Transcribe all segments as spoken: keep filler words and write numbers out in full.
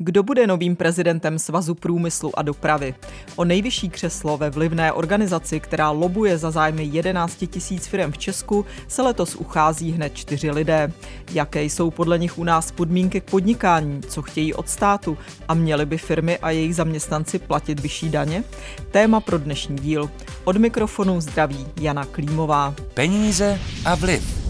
Kdo bude novým prezidentem Svazu průmyslu a dopravy? O nejvyšší křeslo ve vlivné organizaci, která lobuje za zájmy jedenáct tisíc firem v Česku, se letos uchází hned čtyři lidé. Jaké jsou podle nich u nás podmínky k podnikání, co chtějí od státu a měly by firmy a jejich zaměstnanci platit vyšší daně? Téma pro dnešní díl. Od mikrofonu zdraví Jana Klímová. Peníze a vliv.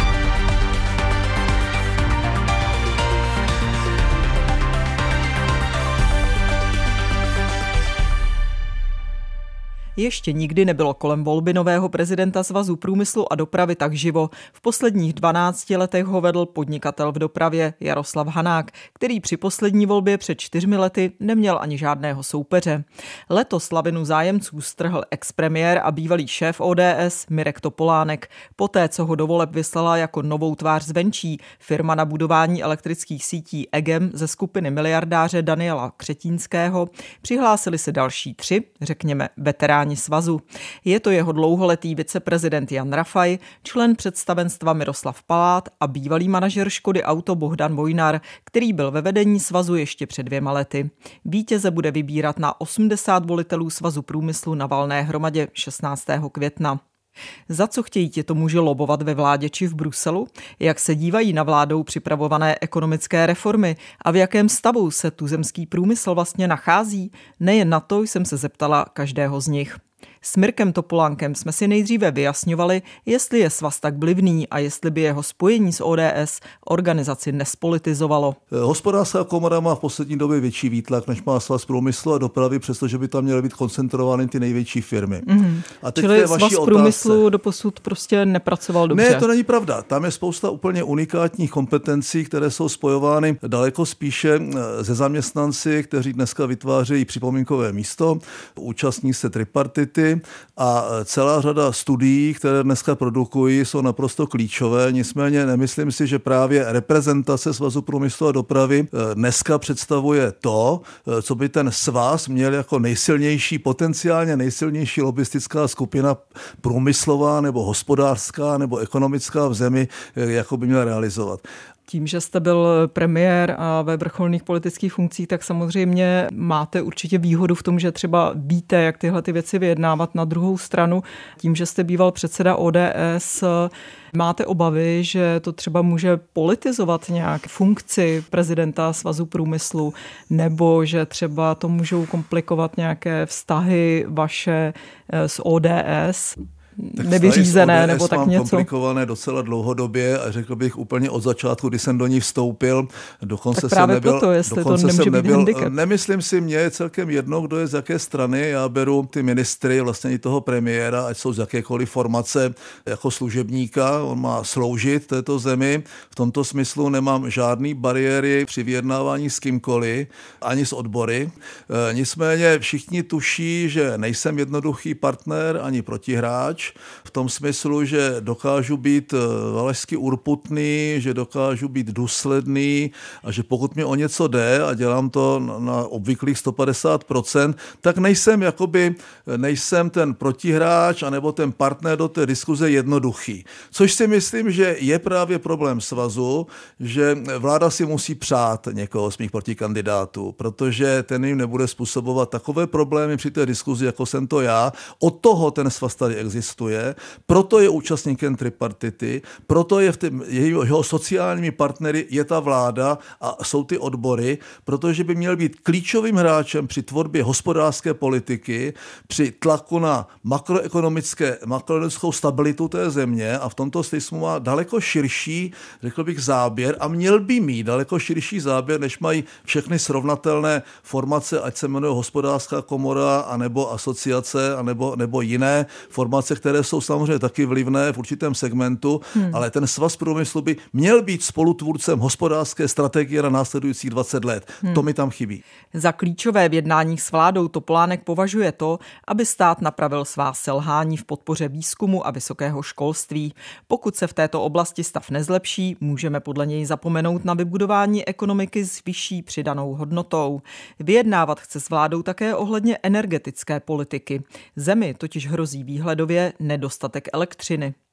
Ještě nikdy nebylo kolem volby nového prezidenta Svazu průmyslu a dopravy tak živo. V posledních dvanácti letech ho vedl podnikatel v dopravě Jaroslav Hanák, který při poslední volbě před čtyřmi lety neměl ani žádného soupeře. Letos lavinu zájemců strhl expremiér a bývalý šéf O D S Mirek Topolánek. Poté, co ho do voleb vyslala jako novou tvář zvenčí firma na budování elektrických sítí E G E M ze skupiny miliardáře Daniela Křetínského, přihlásili se další tři, řekněme veteráni svazu. Je to jeho dlouholetý viceprezident Jan Rafaj, člen představenstva Miroslav Palát a bývalý manažer Škody Auto Bohdan Vojnar, který byl ve vedení svazu ještě před dvěma lety. Vítěze bude vybírat na osmdesát volitelů Svazu průmyslu na valné hromadě šestnáctého května. Za co chtějí tito muži lobovat ve vládě či v Bruselu? Jak se dívají na vládou připravované ekonomické reformy a v jakém stavu se tuzemský průmysl vlastně nachází? Nejen na to jsem se zeptala každého z nich. S Mirkem Topolánkem jsme si nejdříve vyjasňovali, jestli je svaz tak vlivný a jestli by jeho spojení s O D S organizaci nespolitizovalo. Hospodářská komora má v poslední době větší výtlak, než má Svaz průmyslu a dopravy, přestože by tam měly být koncentrovány ty největší firmy. Mm-hmm. A teď Čili Svaz otázce. Průmyslu doposud prostě nepracoval dobře. Ne, to není pravda. Tam je spousta úplně unikátních kompetencí, které jsou spojovány daleko spíše se zaměstnanci, kteří dneska vytvářejí připomínkové místo, účastní se tripartity a celá řada studií, které dneska produkují, jsou naprosto klíčové. Nicméně nemyslím si, že právě reprezentace Svazu průmyslu a dopravy dneska představuje to, co by ten svaz měl jako nejsilnější, potenciálně nejsilnější lobistická skupina průmyslová nebo hospodářská nebo ekonomická v zemi, jako by měla realizovat. Tím, že jste byl premiér a ve vrcholných politických funkcích, tak samozřejmě máte určitě výhodu v tom, že třeba víte, jak tyhle ty věci vyjednávat. Na druhou stranu, tím, že jste býval předseda O D S, máte obavy, že to třeba může politizovat nějak funkci prezidenta Svazu průmyslu, nebo že třeba to můžou komplikovat nějaké vztahy vaše s O D S? Tak nevyřízené nebo tak mám něco. Komplikované docela dlouhodobě a řekl bych úplně od začátku, kdy jsem do ní vstoupil. Dokonce tak právě jsem nebyl, proto, jestli dokonce to nemůže jsem být nebyl, handicap. Nemyslím si, mně je celkem jedno, kdo je z jaké strany. Já beru ty ministry, vlastně i toho premiéra, ať jsou z jakékoliv formace jako služebníka. On má sloužit této zemi. V tomto smyslu nemám žádný bariéry při vyjednávání s kýmkoliv, ani s odbory. E, nicméně všichni tuší, že nejsem jednoduchý partner ani protihráč. V tom smyslu, že dokážu být valašsky urputný, že dokážu být důsledný a že pokud mi o něco jde a dělám to na obvyklých sto padesát procent, tak nejsem jakoby, nejsem ten protihráč anebo ten partner do té diskuze jednoduchý. Což si myslím, že je právě problém svazu, že vláda si musí přát někoho z mých protikandidátů, protože ten jim nebude způsobovat takové problémy při té diskuzi, jako jsem to já. Od toho ten svaz tady existuje. Proto je účastníkem tripartity, proto je v tým, jeho sociálními partnery je ta vláda a jsou ty odbory, protože by měl být klíčovým hráčem při tvorbě hospodářské politiky, při tlaku na makroekonomické, makroekonomickou stabilitu té země a v tomto smyslu má daleko širší, řekl bych, záběr a měl by mít daleko širší záběr, než mají všechny srovnatelné formace, ať se jmenuje hospodářská komora, anebo asociace, anebo, nebo jiné formace, které jsou samozřejmě taky vlivné v určitém segmentu, hmm. ale ten svaz průmyslu by měl být spolutvůrcem hospodářské strategie na následujících dvacet let. Hmm. To mi tam chybí. Za klíčové v jednáních s vládou Topolánek považuje to, aby stát napravil svá selhání v podpoře výzkumu a vysokého školství. Pokud se v této oblasti stav nezlepší, můžeme podle něj zapomenout na vybudování ekonomiky s vyšší přidanou hodnotou. Vyjednávat chce s vládou také ohledně energetické politiky. Zemi totiž hrozí výhledově nedostatek elektřiny.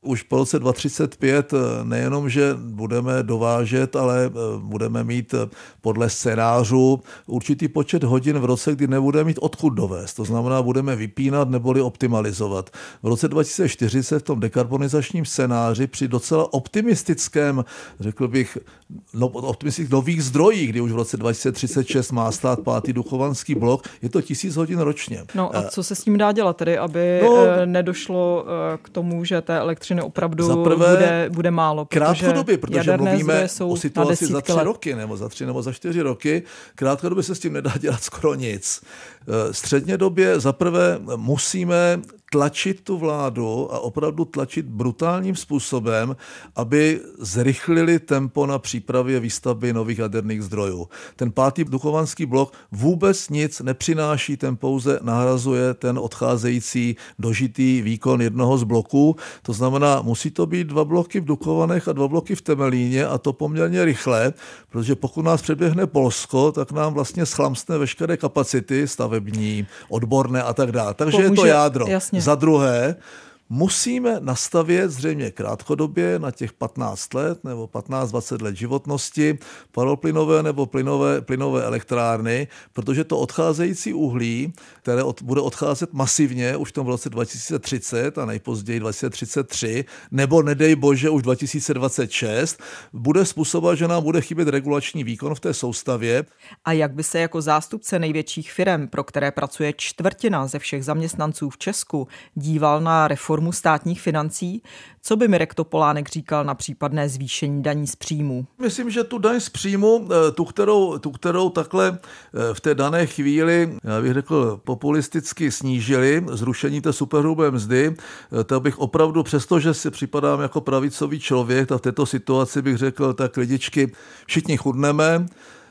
Už po roce dva tisíce třicet pět nejenom, že budeme dovážet, ale budeme mít podle scénářů určitý počet hodin v roce, kdy nebudeme mít odkud dovést. To znamená, budeme vypínat neboli optimalizovat. V roce dva tisíce čtyřicet v tom dekarbonizačním scénáři při docela optimistickém, řekl bych, no, optimistických nových zdrojích, kdy už v roce dva tisíce třicet šest má stát pátý duchovanský blok, je to tisíc hodin ročně. No a co se s tím dá dělat tedy, aby no, nedošlo k tomu, že té elektřiny opravdu zaprvé, bude, bude málo? Krátkodobě, protože mluvíme o situaci za tři let. roky, nebo za tři nebo za čtyři roky. Krátkodobě se s tím nedá dělat skoro nic. Středně době zaprvé musíme tlačit tu vládu a opravdu tlačit brutálním způsobem, aby zrychlili tempo na přípravě výstavby nových jaderných zdrojů. Ten pátý duchovanský blok vůbec nic nepřináší, ten pouze nahrazuje ten odcházející dožitý výkon jednoho z bloků. To znamená, musí to být dva bloky v Dukovanech a dva bloky v Temelíně a to poměrně rychle, protože pokud nás předběhne Polsko, tak nám vlastně schlamstne veškeré kapacity stavební, odborné a tak dále. Takže Pomůže, je to jádro. Jasně. Za druhé, musíme nastavět zřejmě krátkodobě na těch patnáct let nebo patnáct dvacet let životnosti paroplynové nebo plynové, plynové elektrárny, protože to odcházející uhlí, které od, bude odcházet masivně už v tom roce dva tisíce třicet a nejpozději dva tisíce třicet tři, nebo nedej bože už dva tisíce dvacet šest, bude způsobovat, že nám bude chybět regulační výkon v té soustavě. A jak by se jako zástupce největších firem, pro které pracuje čtvrtina ze všech zaměstnanců v Česku, díval na reformu státních financí? Co by Mirek Topolánek říkal na případné zvýšení daní z příjmu? Myslím, že tu daň z příjmu, tu kterou, tu, kterou takhle v té dané chvíli, já bych řekl, populisticky snížili, zrušení té superhrubé mzdy, tak bych opravdu, přestože si připadám jako pravicový člověk, tak v této situaci bych řekl, tak lidičky, všichni chudneme,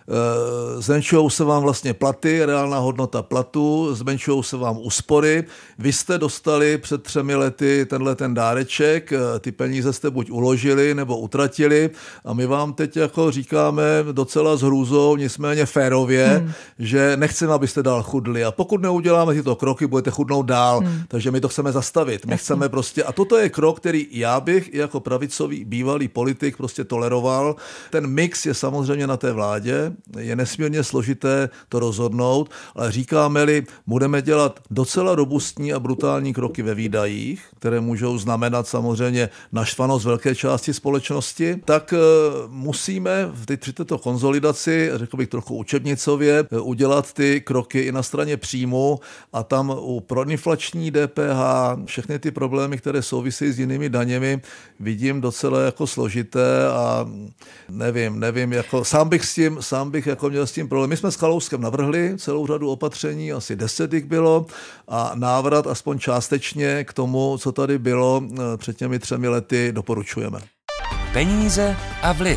zmenšují se vám vlastně platy, reálná hodnota platu, zmenšují se vám úspory. Vy jste dostali před třemi lety tenhle ten dáreček, ty peníze jste buď uložili nebo utratili a my vám teď jako říkáme docela s hrůzou, nicméně férově, hmm. že nechceme, abyste dál chudli a pokud neuděláme tyto kroky, budete chudnout dál, hmm. takže my to chceme zastavit. My chceme prostě, a toto je krok, který já bych jako pravicový bývalý politik prostě toleroval. Ten mix je samozřejmě na té vládě, je nesmírně složité to rozhodnout, ale říkáme-li, budeme dělat docela robustní a brutální kroky ve výdajích, které můžou znamenat samozřejmě naštvanost velké části společnosti, tak musíme v při této konzolidaci, řekl bych trochu učebnicově, udělat ty kroky i na straně příjmu a tam u proinflační D P H, všechny ty problémy, které souvisí s jinými daněmi, vidím docela jako složité a nevím, nevím, jako sám bych s tím, sám bych jako měl s tím problém. My jsme s Kalouskem navrhli celou řadu opatření, asi deset jich bylo a návrat aspoň částečně k tomu, co tady bylo před těmi třemi lety, doporučujeme. Peníze a vliv.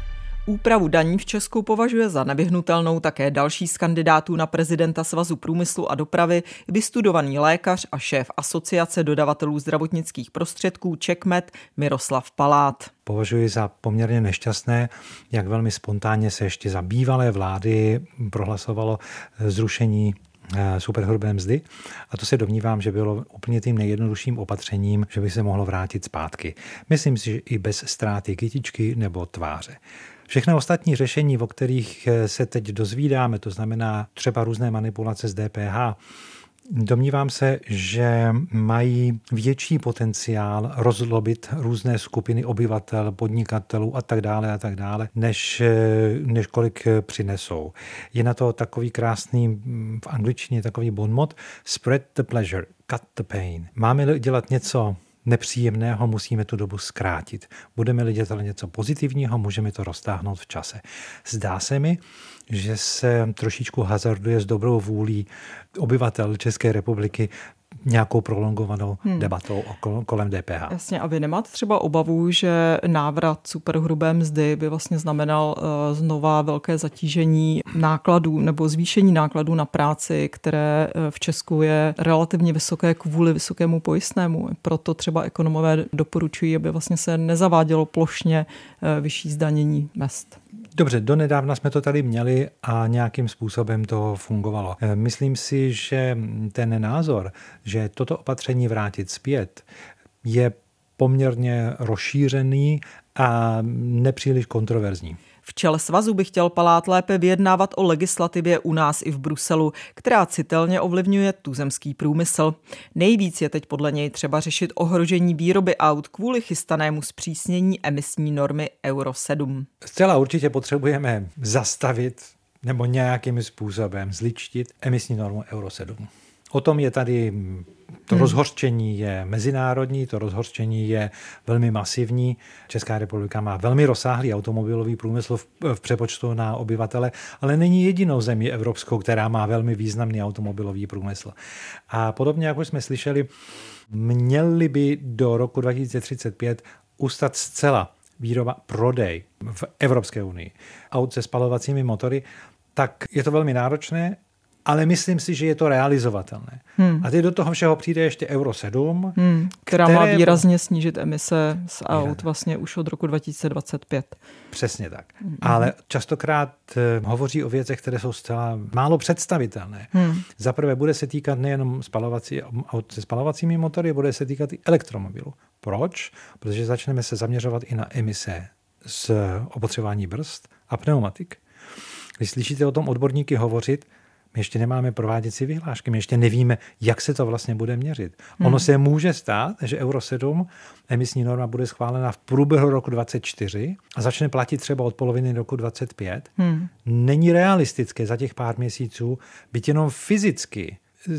Úpravu daní v Česku považuje za nevyhnutelnou také další z kandidátů na prezidenta Svazu průmyslu a dopravy, vystudovaný lékař a šéf Asociace dodavatelů zdravotnických prostředků CzechMed Miroslav Palát. Považuji za poměrně nešťastné, jak velmi spontánně se ještě za bývalé vlády prohlasovalo zrušení superhrubé mzdy a to se domnívám, že bylo úplně tím nejjednodušším opatřením, že by se mohlo vrátit zpátky. Myslím si, že i bez ztráty kytičky nebo tváře. Všechny ostatní řešení, o kterých se teď dozvídáme, to znamená třeba různé manipulace s D P H, domnívám se, že mají větší potenciál rozlobit různé skupiny obyvatel, podnikatelů a tak dále a tak dále, než, než kolik přinesou. Je na to takový krásný, v angličtině takový bon mot, spread the pleasure, cut the pain. Máme-li dělat něco nepříjemného, musíme tu dobu zkrátit. Budeme-li dělat něco pozitivního, můžeme to roztáhnout v čase. Zdá se mi, že se trošičku hazarduje s dobrou vůlí obyvatel České republiky nějakou prolongovanou hmm. debatou kolem D P H. Jasně, a vy nemáte třeba obavu, že návrat superhrubé mzdy by vlastně znamenal uh, znova velké zatížení nákladů nebo zvýšení nákladů na práci, které v Česku je relativně vysoké kvůli vysokému pojistnému. Proto třeba ekonomové doporučují, aby vlastně se nezavádělo plošně uh, vyšší zdanění mezd. Dobře, donedávna jsme to tady měli a nějakým způsobem to fungovalo. Myslím si, že ten názor, že toto opatření vrátit zpět, je poměrně rozšířený a nepříliš kontroverzní. V čele svazu by chtěl Palát lépe vyjednávat o legislativě u nás i v Bruselu, která citelně ovlivňuje tuzemský průmysl. Nejvíc je teď podle něj třeba řešit ohrožení výroby aut kvůli chystanému zpřísnění emisní normy Euro sedm. Zcela určitě potřebujeme zastavit nebo nějakým způsobem zličtit emisní normu Euro sedm. O tom je tady, to hmm. rozhořčení je mezinárodní, to rozhořčení je velmi masivní. Česká republika má velmi rozsáhlý automobilový průmysl v, v přepočtu na obyvatele, ale není jedinou zemí evropskou, která má velmi významný automobilový průmysl. A podobně, jak už jsme slyšeli, měli by do roku dva tisíce třicet pět ustat zcela výroba, prodej v Evropské unii aut se spalovacími motory, tak je to velmi náročné, ale myslím si, že je to realizovatelné. Hmm. A teď do toho všeho přijde ještě Euro sedm, hmm, která které... má výrazně snížit emise z aut vlastně už od roku dva tisíce dvacet pět. Přesně tak. Hmm. Ale častokrát hovoří o věcech, které jsou zcela málo představitelné. Hmm. Za prvé bude se týkat nejenom spalovací, aut se spalovacími motory, bude se týkat i elektromobilů. Proč? Protože začneme se zaměřovat i na emise z opotřebování brzd a pneumatik. Když slyšíte o tom odborníky hovořit, my ještě nemáme prováděcí vyhlášky, my ještě nevíme, jak se to vlastně bude měřit. Hmm. Ono se může stát, že Euro sedm emisní norma bude schválena v průběhu roku dvacet čtyři a začne platit třeba od poloviny roku dvacet pět. Hmm. Není realistické za těch pár měsíců byť jenom fyzicky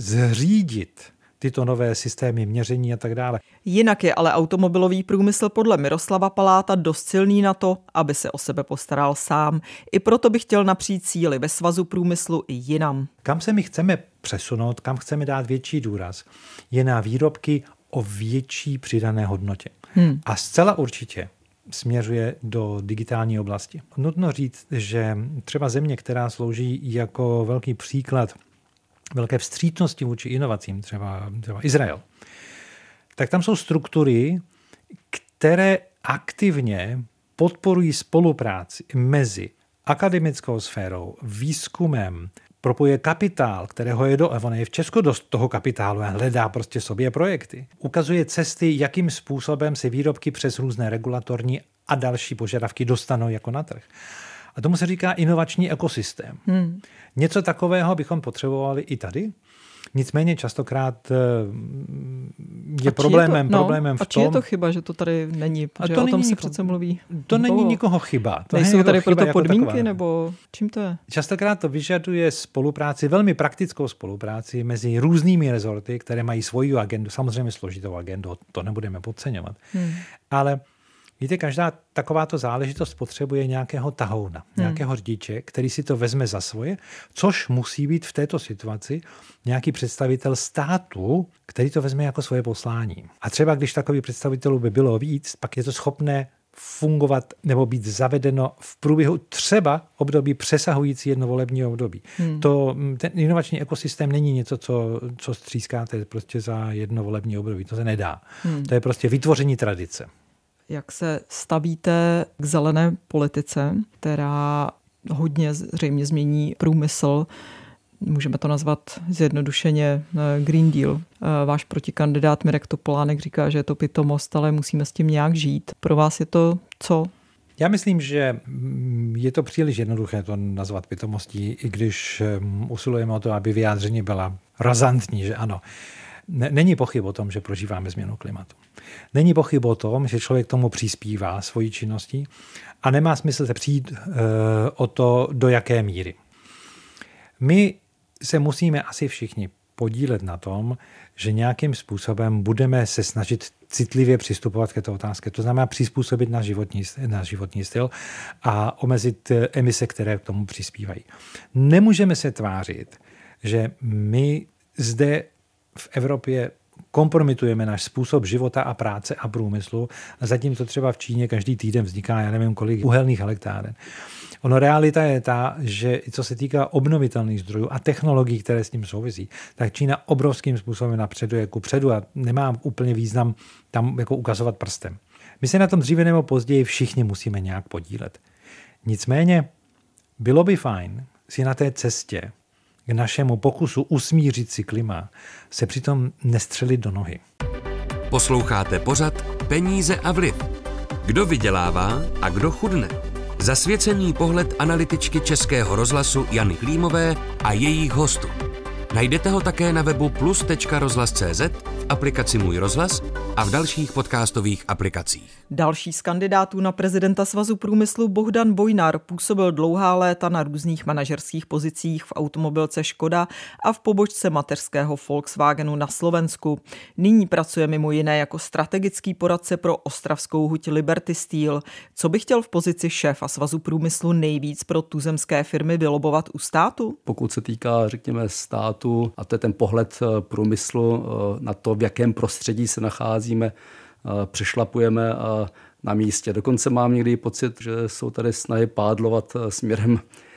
zřídit tyto nové systémy měření a tak dále. Jinak je ale automobilový průmysl podle Miroslava Paláta dost silný na to, aby se o sebe postaral sám. I proto by chtěl napřít síly ve svazu průmyslu i jinam. Kam se my chceme přesunout, kam chceme dát větší důraz, je na výrobky o větší přidané hodnotě. Hmm. A zcela určitě směřuje do digitální oblasti. Nutno říct, že třeba země, která slouží jako velký příklad velké vstřícnosti vůči inovacím, třeba, třeba Izrael, tak tam jsou struktury, které aktivně podporují spolupráci mezi akademickou sférou, výzkumem, propojuje kapitál, kterého je do, ono je v Česku dost toho kapitálu a hledá prostě sobě projekty. Ukazuje cesty, jakým způsobem se výrobky přes různé regulatorní a další požadavky dostanou jako na trh. A tomu se říká inovační ekosystém. Hmm. Něco takového bychom potřebovali i tady. Nicméně častokrát je problémem, je to, no, problémem v tom... A či je to chyba, že to tady není? Protože to o tom se nikoho, přece mluví. To dlouho. Není nikoho chyba. To nejsou tady proto jako podmínky, taková. Nebo čím to je? Častokrát to vyžaduje spolupráci, velmi praktickou spolupráci mezi různými rezorty, které mají svoji agendu, samozřejmě složitou agendu, to nebudeme podceňovat. Hmm. Ale víte, každá takováto záležitost potřebuje nějakého tahouna, hmm. nějakého řidiče, který si to vezme za svoje, což musí být v této situaci nějaký představitel státu, který to vezme jako svoje poslání. A třeba když takových představitelů by bylo víc, pak je to schopné fungovat nebo být zavedeno v průběhu třeba období přesahující jedno volební období. Hmm. To, ten inovační ekosystém není něco, co, co střískáte prostě za jedno volební období. To se nedá. Hmm. To je prostě vytvoření tradice. Jak se stavíte k zelené politice, která hodně zřejmě změní průmysl? Můžeme to nazvat zjednodušeně Green Deal. Váš protikandidát Mirek Topolánek říká, že je to pitomost, ale musíme s tím nějak žít. Pro vás je to co? Já myslím, že je to příliš jednoduché to nazvat pitomostí, i když usilujeme o to, aby vyjádření byla razantní, že ano. Není pochyb o tom, že prožíváme změnu klimatu. Není pochyb o tom, že člověk tomu přispívá svojí činností a nemá smysl se přijít uh, o to, do jaké míry. My se musíme asi všichni podílet na tom, že nějakým způsobem budeme se snažit citlivě přistupovat k této otázce. To znamená přizpůsobit náš životní, náš životní styl a omezit emise, které k tomu přispívají. Nemůžeme se tvářit, že my zde v Evropě kompromitujeme náš způsob života a práce a průmyslu. A zatímco třeba v Číně každý týden vzniká, já nevím, kolik uhelných elektráren. Ono realita je ta, že co se týká obnovitelných zdrojů a technologií, které s tím souvisí, tak Čína obrovským způsobem napředuje kupředu a nemá úplně význam tam jako ukazovat prstem. My se na tom dříve nebo později všichni musíme nějak podílet. Nicméně bylo by fajn si na té cestě k našemu pokusu usmířit si klima se přitom nestřelit do nohy. Posloucháte pořad Peníze a vliv. Kdo vydělává a kdo chudne? Zasvěcený pohled analytičky Českého rozhlasu Jany Klímové a jejich hostů. Najdete ho také na webu plus tečka rozhlas tečka cé zet, v aplikaci Můj rozhlas a v dalších podcastových aplikacích. Další z kandidátů na prezidenta Svazu průmyslu Bohdan Vojnar působil dlouhá léta na různých manažerských pozicích v automobilce Škoda a v pobočce mateřského Volkswagenu na Slovensku. Nyní pracuje mimo jiné jako strategický poradce pro ostravskou huť Liberty Steel. Co by chtěl v pozici šéfa Svazu průmyslu nejvíc pro tuzemské firmy vylobovat u státu? Pokud se týká, řekněme, státu, a to je ten pohled průmyslu na to, v jakém prostředí se nacházíme, přešlapujeme na místě. Dokonce mám někdy pocit, že jsou tady snahy pádlovat směrem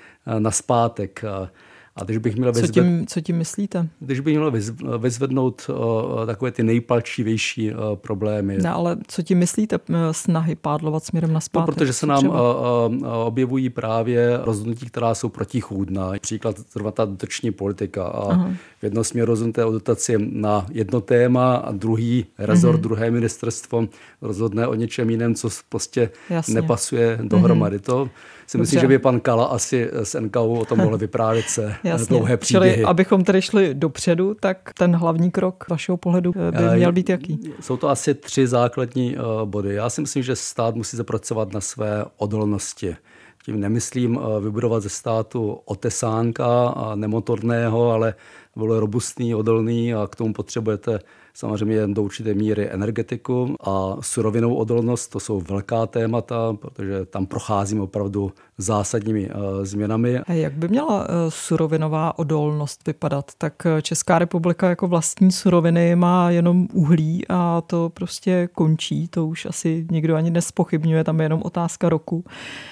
nazpátek. A když bych měl vyzved... co, tím, co tím myslíte? Když bych měl vyzvednout uh, takové ty nejpalčivější uh, problémy. No, ale co tím myslíte snahy pádlovat směrem nazpátek? No, protože se nám uh, uh, objevují právě rozhodnutí, která jsou protichůdná. Příklad zrovna ta dotační politika. A Aha. v jednom směru rozhodnuté o dotaci na jedno téma a druhý rezort, mm-hmm. druhé ministerstvo rozhodne o něčem jiném, co prostě Jasně. nepasuje dohromady. Mm-hmm. To si myslím, že by pan Kala asi s N K U o tom mohl vyprávět se Jasně. dlouhé příběhy. Čili abychom tedy šli dopředu, tak ten hlavní krok vašeho pohledu by měl být jaký? Jsou to asi tři základní body. Já si myslím, že stát musí zapracovat na své odolnosti. Tím nemyslím vybudovat ze státu otesánka nemotorného, ale byl robustný, odolný a k tomu potřebujete samozřejmě jen do určité míry energetiku a surovinou odolnost. To jsou velká témata, protože tam procházíme opravdu zásadními uh, změnami. A jak by měla uh, surovinová odolnost vypadat? Tak Česká republika jako vlastní suroviny má jenom uhlí a to prostě končí. To už asi nikdo ani nespochybňuje, tam je jenom otázka roku.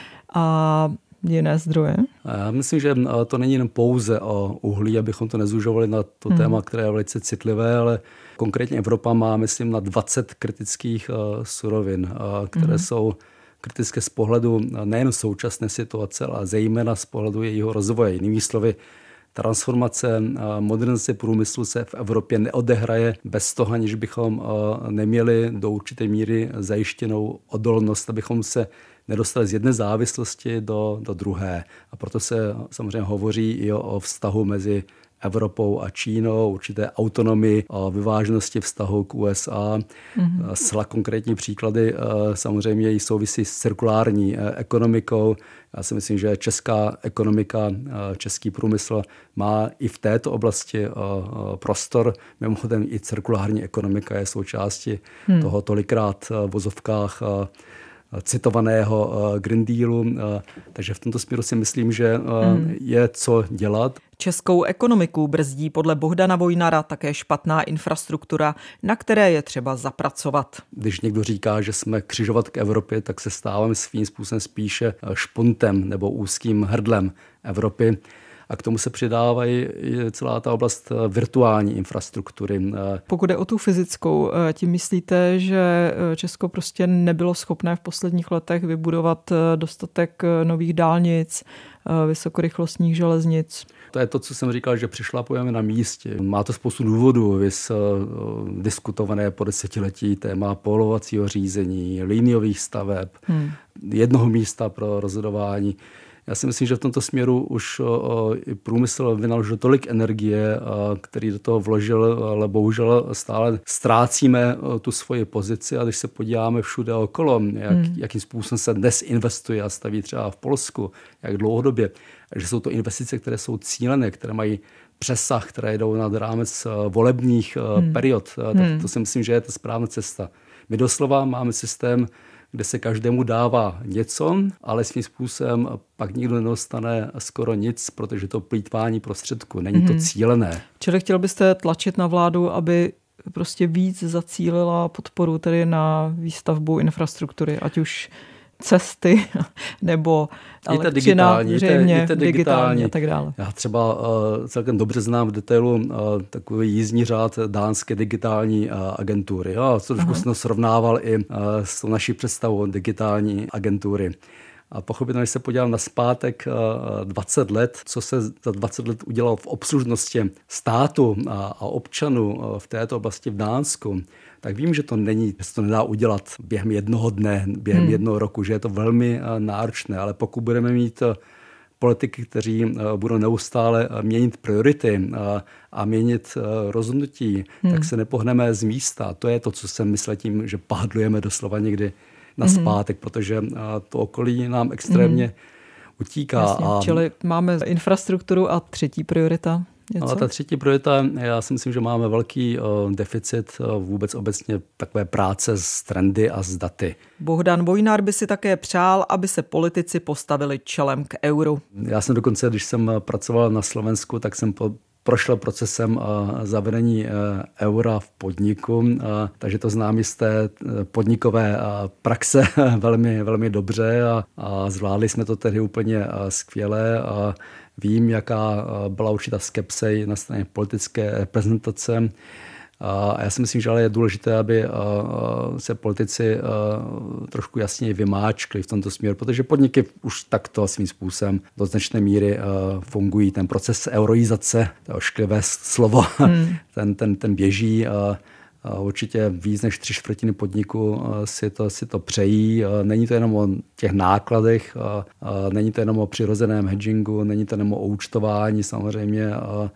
A jiné zdroje? Já myslím, že to není jen pouze o uhlí, abychom to nezužovali na to hmm. téma, které je velice citlivé, ale konkrétně Evropa má, myslím, na dvacet kritických uh, surovin, uh, které hmm. jsou kritické z pohledu nejen současné situace, ale zejména z pohledu jejího rozvoje. Jinými slovy, transformace, modernizace průmyslu se v Evropě neodehraje bez toho, aniž bychom neměli do určité míry zajištěnou odolnost, abychom se nedostali z jedné závislosti do, do druhé. A proto se samozřejmě hovoří i o, o vztahu mezi Evropou a Čínou, určité autonomii, o vyváženosti vztahu k U S A. Mm-hmm. Zcela konkrétní příklady samozřejmě i souvisí s cirkulární ekonomikou. Já si myslím, že česká ekonomika, český průmysl má i v této oblasti prostor. Mimochodem i cirkulární ekonomika je součástí hmm. toho tolikrát v vozovkách citovaného Green Dealu. Takže v tomto směru si myslím, že hmm. je co dělat. Českou ekonomiku brzdí podle Bohdana Vojnara také špatná infrastruktura, na které je třeba zapracovat. Když někdo říká, že jsme křižovat k Evropě, tak se stáváme svým způsobem spíše špuntem nebo úzkým hrdlem Evropy. A k tomu se přidávají celá ta oblast virtuální infrastruktury. Pokud je o tu fyzickou, tím myslíte, že Česko prostě nebylo schopné v posledních letech vybudovat dostatek nových dálnic, vysokorychlostních železnic? To je to, co jsem říkal, že přišlapujeme na místě. Má to spoustu důvodů, vys diskutované po desetiletí téma povolovacího řízení, liniových staveb, hmm. jednoho místa pro rozhodování. Já si myslím, že v tomto směru už průmysl vynaložil tolik energie, který do toho vložil, ale bohužel stále ztrácíme tu svoji pozici. A když se podíváme všude okolo, jak, hmm. jakým způsobem se dnes investuje a staví třeba v Polsku, jak dlouhodobě, že jsou to investice, které jsou cílené, které mají přesah, které jdou nad rámec volebních hmm. period, tak hmm. to si myslím, že je ta správná cesta. My doslova máme systém, kde se každému dává něco, ale svým způsobem pak nikdo nedostane skoro nic, protože to plýtvání prostředků, není mm-hmm. to cílené. Čili chtěl byste tlačit na vládu, aby prostě víc zacílila podporu tedy na výstavbu infrastruktury, ať už cesty nebo elektřina, zřejmě digitální a tak dále. Já třeba uh, celkem dobře znám v detailu uh, takový jízdní řád dánské digitální uh, agentury. Já trošku jsem srovnával i uh, s tou naší představou digitální agentury. A pochopitelně, když se podívám na zpátek dvacet let, co se za dvacet let udělalo v obslužnosti státu a občanů v této oblasti v Dánsku, tak vím, že to není, že se to nedá udělat během jednoho dne, během hmm. jednoho roku, že je to velmi náročné, ale pokud budeme mít politiky, kteří budou neustále měnit priority a měnit rozhodnutí, hmm. tak se nepohneme z místa. To je to, co jsem myslel tím, že pádlujeme doslova někdy na zpátek, hmm. protože to okolí nám extrémně hmm. utíká. Jasně, a... Čili máme infrastrukturu a třetí priorita. Něco? A ta třetí priorita, já si myslím, že máme velký uh, deficit uh, vůbec obecně takové práce s trendy a s daty. Bohdan Vojnár by si také přál, aby se politici postavili čelem k euru. Já jsem dokonce, když jsem pracoval na Slovensku, tak jsem po prošel procesem uh, zavedení uh, eura v podniku, uh, takže to znám z té podnikové uh, praxe velmi, velmi dobře a, a zvládli jsme to tedy úplně uh, skvěle. A vím, jaká byla určitá skepse na straně politické reprezentace. A já si myslím, že ale je důležité, aby se politici trošku jasněji vymáčkli v tomto směru, protože podniky už takto svým způsobem do značné míry fungují. Ten proces euroizace, to ošklivé slovo, hmm. ten, ten, ten běží. Určitě víc než tři čtvrtiny podniku si to, si to přejí. Není to jenom o těch nákladech, není to jenom o přirozeném hedgingu, není to jenom o účtování samozřejmě.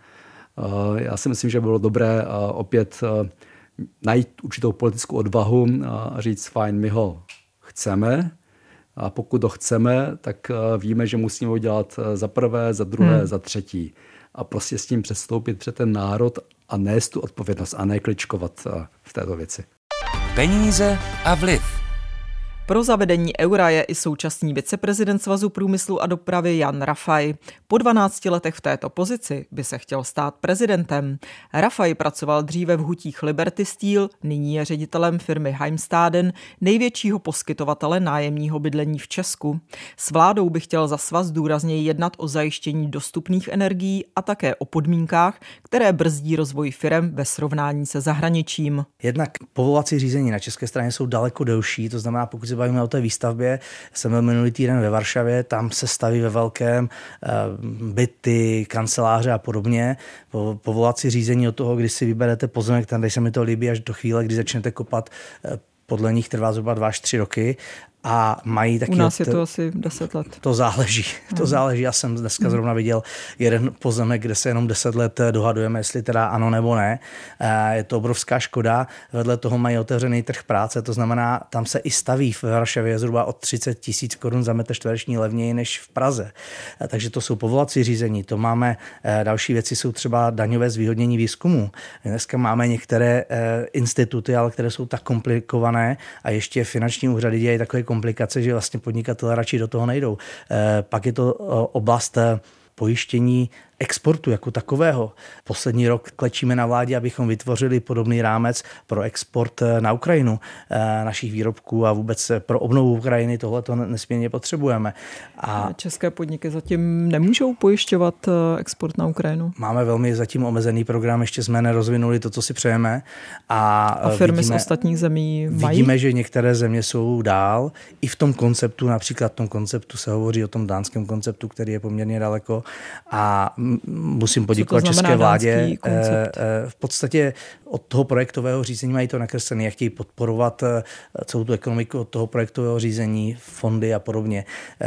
Já si myslím, že bylo dobré opět najít určitou politickou odvahu a říct, fajn, my ho chceme. A pokud ho chceme, tak víme, že musíme ho dělat za prvé, za druhé, hmm. za třetí. A prostě s tím předstoupit před ten národ a nést tu odpovědnost a ne kličkovat v této věci. Peníze a vliv. Pro zavedení eura je i současný viceprezident Svazu průmyslu a dopravy Jan Rafaj. Po dvanácti letech v této pozici by se chtěl stát prezidentem. Rafaj pracoval dříve v hutích Liberty Steel, nyní je ředitelem firmy Heimstaden, největšího poskytovatele nájemního bydlení v Česku. S vládou by chtěl za svaz důrazněji jednat o zajištění dostupných energií a také o podmínkách, které brzdí rozvoj firem ve srovnání se zahraničím. Jednak povolovací řízení na české straně jsou daleko delší, to znamená, pokud se bavíme o té výstavbě, jsem byl minulý týden ve Varšavě, tam se staví ve velkém byty, kanceláře a podobně. Povolovací řízení od toho, kdy si vyberete pozemek, tam, kde se mi to líbí, až do chvíle, kdy začnete kopat, podle nich trvá zhruba dva až tři roky. A mají taky... U nás je to asi deset let. To záleží. To záleží. Já jsem dneska zrovna viděl jeden pozemek, kde se jenom deset let dohadujeme, jestli teda ano nebo ne. Je to obrovská škoda. Vedle toho mají otevřený trh práce, to znamená, tam se i staví v Varšavě zhruba o třicet tisíc korun za metr čtvereční levněji než v Praze. Takže to jsou povolovací řízení. To máme, další věci jsou třeba daňové zvýhodnění výzkumu. Dneska máme některé instituty, ale které jsou tak komplikované a ještě finanční úřady dělají takové komplikace, že vlastně podnikatelé radši do toho nejdou. E, pak je to oblast pojištění exportu jako takového. Poslední rok klečíme na vládě, abychom vytvořili podobný rámec pro export na Ukrajinu e, našich výrobků a vůbec pro obnovu Ukrajiny tohleto nesmírně potřebujeme. A české podniky zatím nemůžou pojišťovat export na Ukrajinu? Máme velmi zatím omezený program, ještě jsme nerozvinuli to, co si přejeme. A, a firmy vidíme, z ostatních zemí mají? Vidíme, že některé země jsou dál. I v tom konceptu, například v tom konceptu se hovoří o tom dánském konceptu, který je poměrně daleko. A musím poděkovat české vládě. V podstatě od toho projektového řízení mají to nakreslené, jak chtějí podporovat celou tu ekonomiku od toho projektového řízení, fondy a podobně.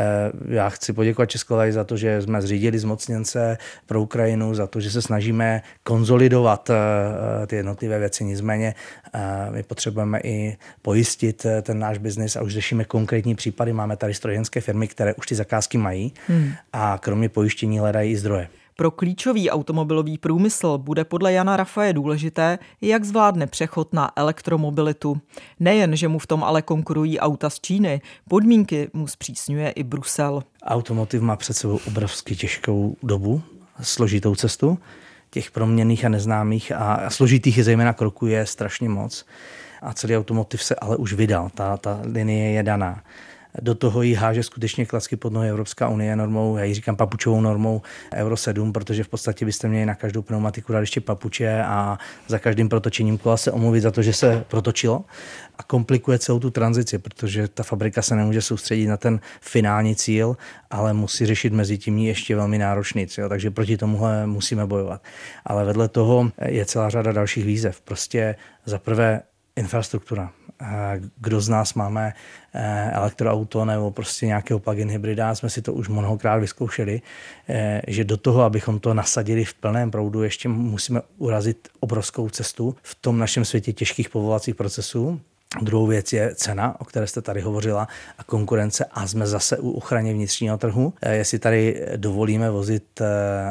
Já chci poděkovat české vládě za to, že jsme zřídili zmocněnce pro Ukrajinu, za to, že se snažíme konzolidovat ty jednotlivé věci. Nicméně my potřebujeme i pojistit ten náš biznis a už řešíme konkrétní případy. Máme tady strojenské firmy, které už ty zakázky mají hmm. a kromě pojištění hledají i zdroje. Pro klíčový automobilový průmysl bude podle Jana Rafaje důležité, jak zvládne přechod na elektromobilitu. Nejen, že mu v tom ale konkurují auta z Číny, podmínky mu zpřísňuje i Brusel. Automotiv má před sebou obrovsky těžkou dobu, složitou cestu. Těch proměnných a neznámých a složitých je zejména kroků je strašně moc. A celý automotiv se ale už vydal, ta, ta linie je daná. Do toho jí háže skutečně klacky pod nohy Evropská unie normou, já jí říkám papučovou normou Euro sedm, protože v podstatě byste měli na každou pneumatiku dát ještě papuče a za každým protočením kola se omluvit za to, že se protočilo a komplikuje celou tu tranzici, protože ta fabrika se nemůže soustředit na ten finální cíl, ale musí řešit mezi tím ještě velmi náročný cíl, takže proti tomuhle musíme bojovat. Ale vedle toho je celá řada dalších výzev. Prostě za prvé infrastruktura. Kdo z nás máme elektroauto nebo prostě nějakého plug-in hybrida, jsme si to už mnohokrát vyzkoušeli, že do toho, abychom to nasadili v plném proudu, ještě musíme urazit obrovskou cestu v tom našem světě těžkých povolovacích procesů. Druhou věc je cena, o které jste tady hovořila, a konkurence, a jsme zase u ochrany vnitřního trhu. Jestli tady dovolíme vozit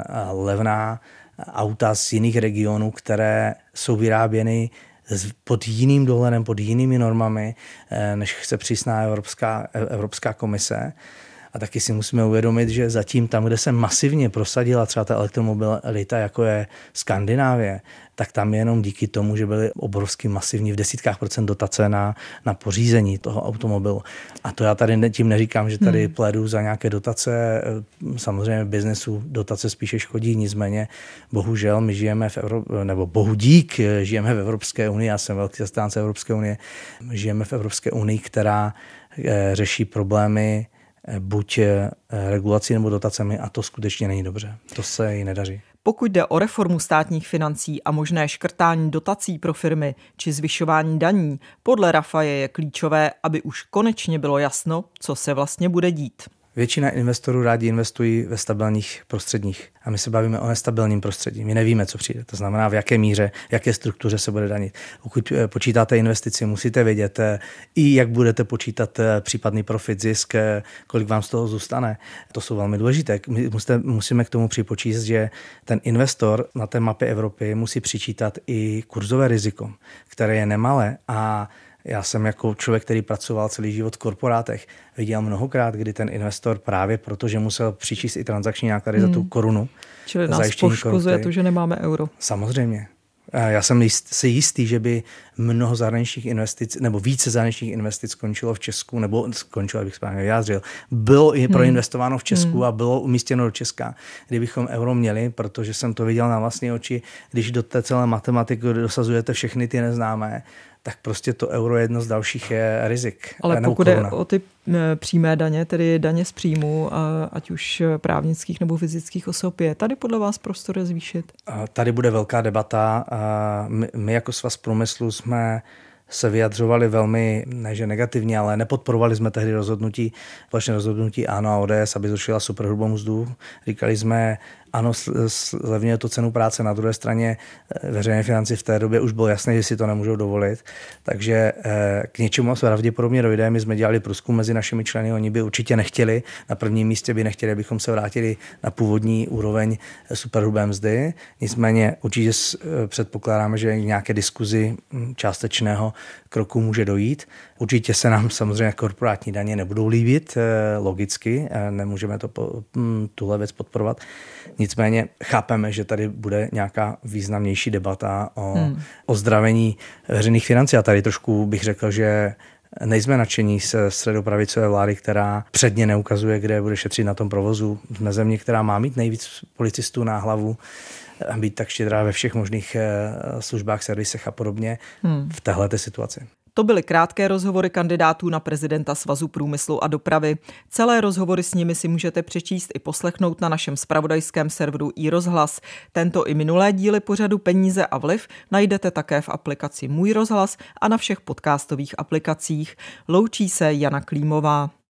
levná auta z jiných regionů, které jsou vyráběny pod jiným dohledem, pod jinými normami, než chce přísná Evropská, Evropská komise. A taky si musíme uvědomit, že zatím tam, kde se masivně prosadila třeba ta elektromobilita, jako je Skandinávie, tak tam jenom díky tomu, že byly obrovsky masivní v desítkách procent dotace na, na pořízení toho automobilu. A to já tady tím neříkám, že tady hmm. plédu za nějaké dotace. Samozřejmě v biznesu dotace spíše škodí, nicméně bohužel my žijeme v Evropě, nebo bohu dík, žijeme v Evropské unii, já jsem velký zastánce Evropské unie, žijeme v Evropské unii, která řeší problémy buď regulací nebo dotacemi, a to skutečně není dobře. To se jí nedaří. Pokud jde o reformu státních financí a možné škrtání dotací pro firmy či zvyšování daní, podle Rafaje je klíčové, aby už konečně bylo jasno, co se vlastně bude dít. Většina investorů rádi investují ve stabilních prostředích. A my se bavíme o nestabilním prostředí. My nevíme, co přijde. To znamená, v jaké míře, v jaké struktuře se bude danit. Pokud počítáte investici, musíte vědět i jak budete počítat případný profit, zisk, kolik vám z toho zůstane. To jsou velmi důležité. My musíme k tomu připočíst, že ten investor na té mapě Evropy musí přičítat i kurzové riziko, které je nemalé, a já jsem jako člověk, který pracoval celý život v korporátech, viděl mnohokrát, kdy ten investor právě proto, že musel přičíst i transakční náklady hmm. za tu korunu. Čili nás poškozuje koruny, to, že nemáme euro. Samozřejmě. Já jsem jist, si jistý, že by mnoho zahraničních investic, nebo více zahraničních investic skončilo v Česku, nebo skončilo, abych správně vyjádřil, bylo i proinvestováno v Česku hmm. a bylo umístěno do Česka, kdybychom euro měli, protože jsem to viděl na vlastní oči, když do té celé matematiky dosazujete všechny ty neznámé, tak prostě to euro je jedno z dalších rizik. Ale pokud jde o ty přímé daně, tedy daně z příjmu, ať už právnických nebo fyzických osob, je tady podle vás prostor zvýšit? Tady bude velká debata. My, my jako Svaz průmyslu jsme se vyjadřovali velmi, ne že negativně, ale nepodporovali jsme tehdy rozhodnutí, společné rozhodnutí ANO a O D S, aby zrušila superhrubou mzdu. Říkali jsme, ano, zlevňuje to cenu práce, na druhé straně veřejné finance v té době už bylo jasné, že si to nemůžou dovolit, takže k něčemu pravděpodobně dojde. My jsme dělali průzkum mezi našimi členy, oni by určitě nechtěli, na prvním místě by nechtěli, abychom se vrátili na původní úroveň superhrubé mzdy, nicméně určitě předpokládáme, že k nějaké diskuzi částečného kroku může dojít. Určitě se nám samozřejmě korporátní daně nebudou líbit, logicky, nemůžeme to tuhle věc podporovat. Nicméně chápeme, že tady bude nějaká významnější debata o hmm. ozdravení veřejných financí. A tady trošku bych řekl, že nejsme nadšení se středopravicové vlády, která předně neukazuje, kde bude šetřit na tom provozu. Jsme země, která má mít nejvíc policistů na hlavu, být tak štědrá ve všech možných službách, servisech a podobně hmm. v téhleté situaci. To byly krátké rozhovory kandidátů na prezidenta Svazu průmyslu a dopravy. Celé rozhovory s nimi si můžete přečíst i poslechnout na našem zpravodajském serveru iRozhlas. Tento i minulé díly pořadu Peníze a vliv najdete také v aplikaci Můj rozhlas a na všech podcastových aplikacích. Loučí se Jana Klímová.